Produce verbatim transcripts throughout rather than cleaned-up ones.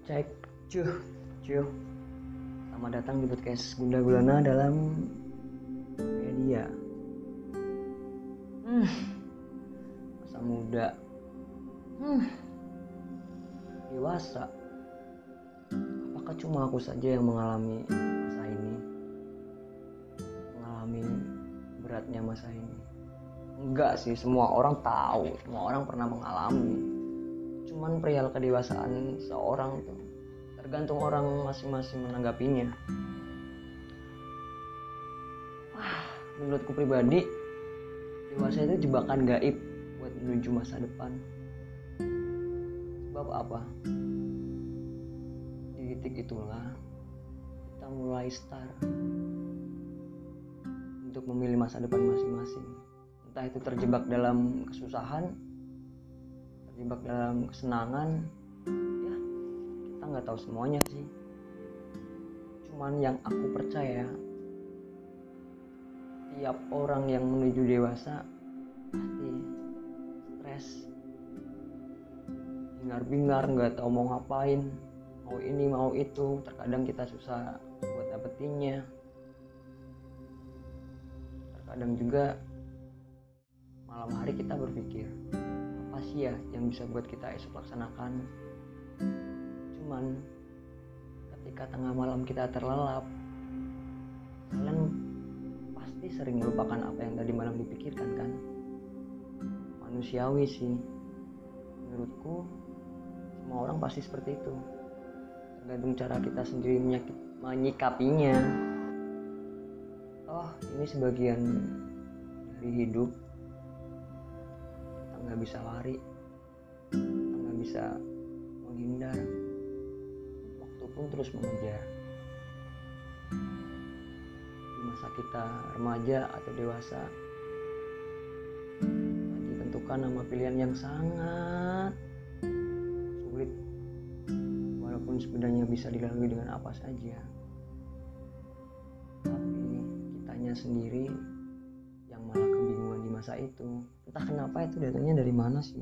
Cek, cuh, cuh. Selamat datang di podcast Gunda Gulana dalam media. Hmm, masa muda. Hmm, dewasa. Apakah cuma aku saja yang mengalami masa ini? Mengalami beratnya masa ini? Enggak sih, semua orang tahu, semua orang pernah mengalami. Cuman perihal kedewasaan seorang tuh tergantung orang masing-masing menanggapinya. Wah, menurutku pribadi, dewasa itu jebakan gaib buat menuju masa depan. Sebab apa? Di titik itulah kita mulai start untuk memilih masa depan masing-masing. Entah itu terjebak dalam kesusahan, terjebak dalam kesenangan, ya kita nggak tahu semuanya sih. Cuman yang aku percaya, tiap orang yang menuju dewasa pasti stres, bingar-bingar, nggak tahu mau ngapain, mau ini mau itu. Terkadang kita susah buat dapetinnya. Terkadang juga malam hari kita berpikir, apa sih ya yang bisa buat kita esok laksanakan. Cuman ketika tengah malam kita terlelap, kalian pasti sering melupakan apa yang tadi malam dipikirkan kan. Manusiawi sih menurutku, semua orang pasti seperti itu, tergantung cara kita sendiri menyikapinya. Oh, ini sebagian dari hidup. Kita nggak bisa lari, kita nggak bisa menghindar, waktu pun terus mengejar. Di masa kita remaja atau dewasa, ditentukan nama pilihan yang sangat sulit, walaupun sebenarnya bisa dilalui dengan apa saja. Tapi kitanya sendiri yang malah kebingungan di masa itu. Entah kenapa itu datangnya dari mana sih.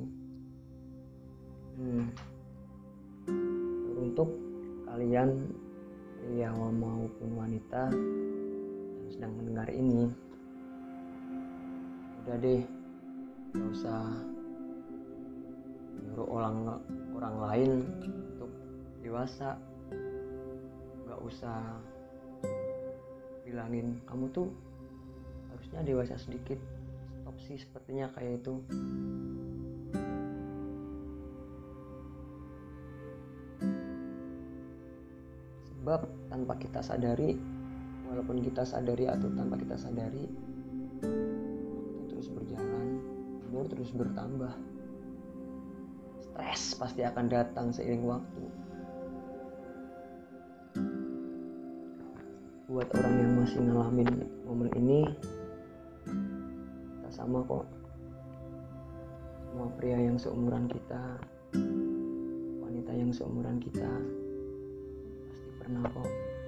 Hmm. Untuk kalian pria maupun wanita yang sedang mendengar ini, udah deh, gak usah nyuruh orang orang lain untuk dewasa. Gak usah bilangin kamu tuh harusnya dewasa sedikit. Stop sih sepertinya kayak itu. Sebab tanpa kita sadari, walaupun kita sadari atau tanpa kita sadari, waktu terus berjalan, umur terus bertambah. Stres pasti akan datang seiring waktu. Buat orang yang masih ngalamin momen ini, kita sama kok. Semua pria yang seumuran kita, wanita yang seumuran kita, pasti pernah kok.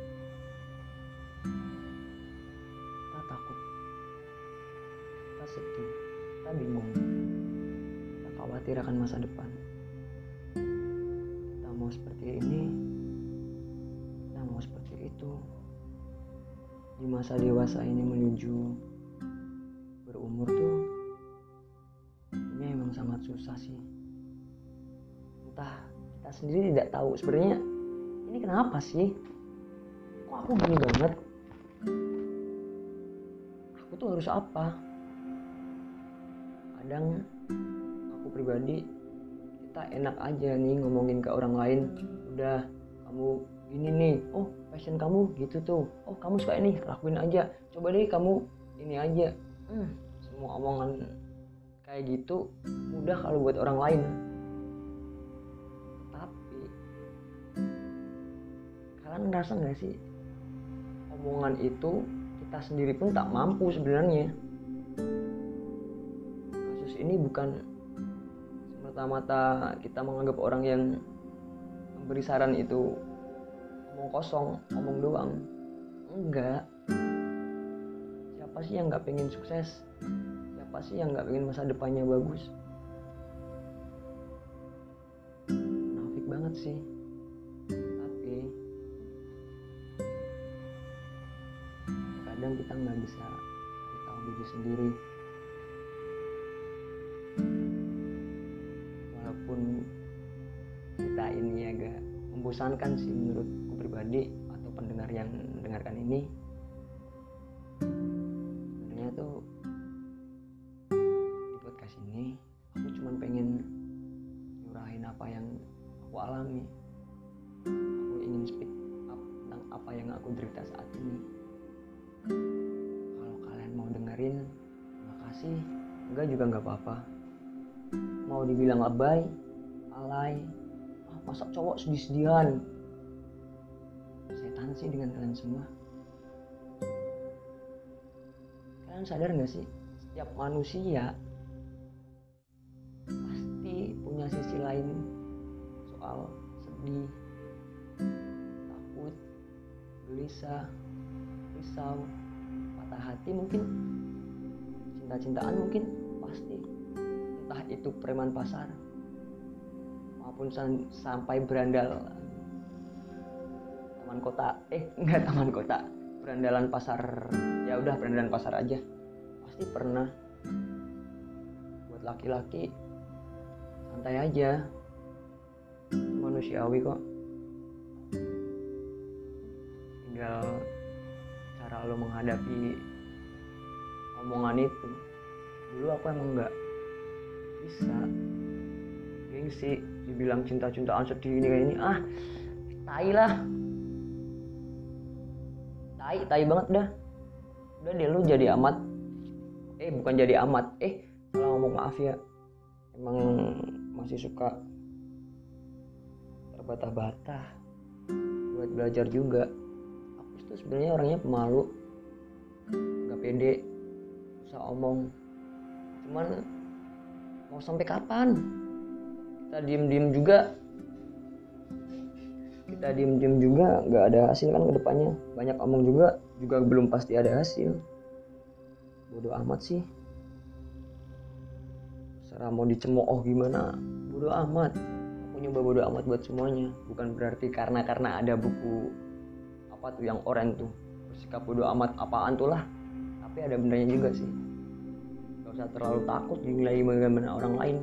Kita takut, kita sedih, kita bingung, kita khawatir akan masa depan. Kita mau seperti ini, kita mau seperti itu. Di masa dewasa ini menuju berumur tuh, ini emang sangat susah sih. Entah kita sendiri tidak tahu sebenarnya ini kenapa sih, kok aku gini banget, aku tuh harus apa. Kadang aku pribadi, kita enak aja nih ngomongin ke orang lain, udah kamu ini nih, oh passion kamu gitu tuh, oh kamu suka ini, lakuin aja, coba deh kamu ini aja. hmm, Semua omongan kayak gitu mudah kalau buat orang lain, tapi kalian ngerasa gak sih omongan itu kita sendiri pun tak mampu sebenarnya. Kasus ini bukan semata-mata kita menganggap orang yang memberi saran itu omong kosong, omong doang. Enggak. Siapa sih yang gak pengen sukses? Siapa sih yang gak pengen masa depannya bagus? Munafik banget sih. diri sendiri. Walaupun cerita ini agak membosankan sih menurutku pribadi atau pendengar yang mendengarkan ini, sebenarnya tuh di podcast ini aku cuma pengen nyurahin apa yang aku alami. Aku ingin speak up tentang apa yang aku derita saat ini. Kalau kalian mau dengerin, makasih. Enggak juga nggak apa-apa. Mau dibilang lebay, alay, ah, masa cowok sedih-sedihan. Setan sih dengan kalian semua. Kalian sadar nggak sih, setiap manusia pasti punya sisi lain soal sedih, takut, gelisah, risau, patah hati mungkin, cinta-cintaan mungkin, pasti. Entah itu preman pasar maupun san- sampai berandal taman kota, eh enggak taman kota, berandalan pasar, ya udah berandalan pasar aja, pasti pernah. Buat laki-laki santai aja, manusiawi kok. Tinggal cara lo menghadapi omongan itu. Dulu aku emang nggak bisa, gengsi, dibilang cinta-cintaan sedih ini kayak ini, ah tai lah, tai tai banget dah. Udah deh lu jadi amat, eh bukan jadi amat, eh salah ngomong, maaf ya, emang masih suka terbata-bata buat belajar juga. Aku tuh sebenarnya orangnya pemalu, nggak pede, susah omong. Cuman mau sampai kapan kita diem-diem juga, kita diem-diem juga nggak ada hasil kan ke depannya. Banyak omong juga juga belum pasti ada hasil. Bodoh amat sih, serah mau dicemooh gimana, bodoh amat. Aku nyoba bodoh amat buat semuanya. Bukan berarti karena karena ada buku apa tuh yang oren tuh bersikap bodoh amat apaan tuh lah, tapi ada benernya juga sih. Gak usah terlalu takut dinilai bagaimana orang lain.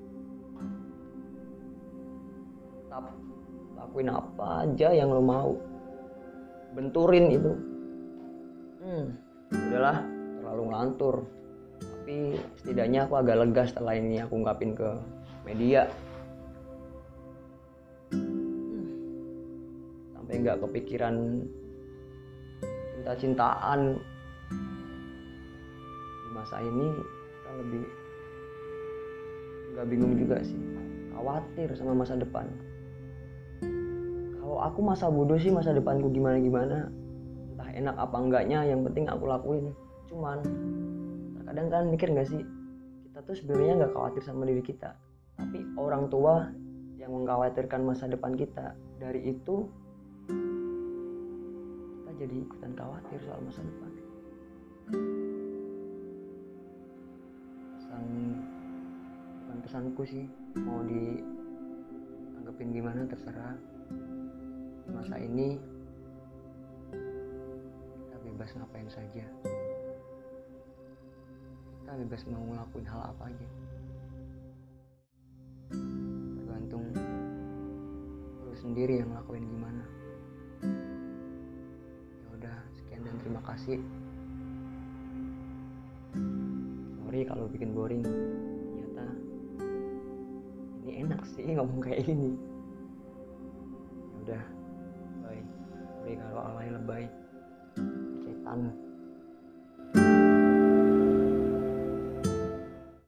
Tetap lakuin apa aja yang lo mau, benturin itu. Hmm, udahlah, terlalu ngelantur. Tapi setidaknya aku agak lega setelah ini aku ungkapin ke media. Hmm, sampai nggak kepikiran cinta-cintaan. Di masa ini kita lebih nggak bingung juga sih, khawatir sama masa depan. Kalau aku masa bodoh sih, masa depanku gimana-gimana, entah enak apa enggaknya, yang penting aku lakuin. Cuman terkadang kan mikir gak sih, kita tuh sebenarnya gak khawatir sama diri kita, tapi orang tua yang mengkhawatirkan masa depan kita. Dari itu kita jadi ikutan khawatir soal masa depan. Pesan, bukan pesanku sih, mau dianggapin gimana terserah. Di masa ini kita bebas ngapain saja, kita bebas mau ngelakuin hal apa aja, tergantung lu sendiri yang ngelakuin gimana. Ya udah, sekian dan terima kasih. Sorry kalau bikin boring, ternyata ini enak sih ngomong kayak gini. Ya udah, bye. Sorry kalau alay lebay, setan.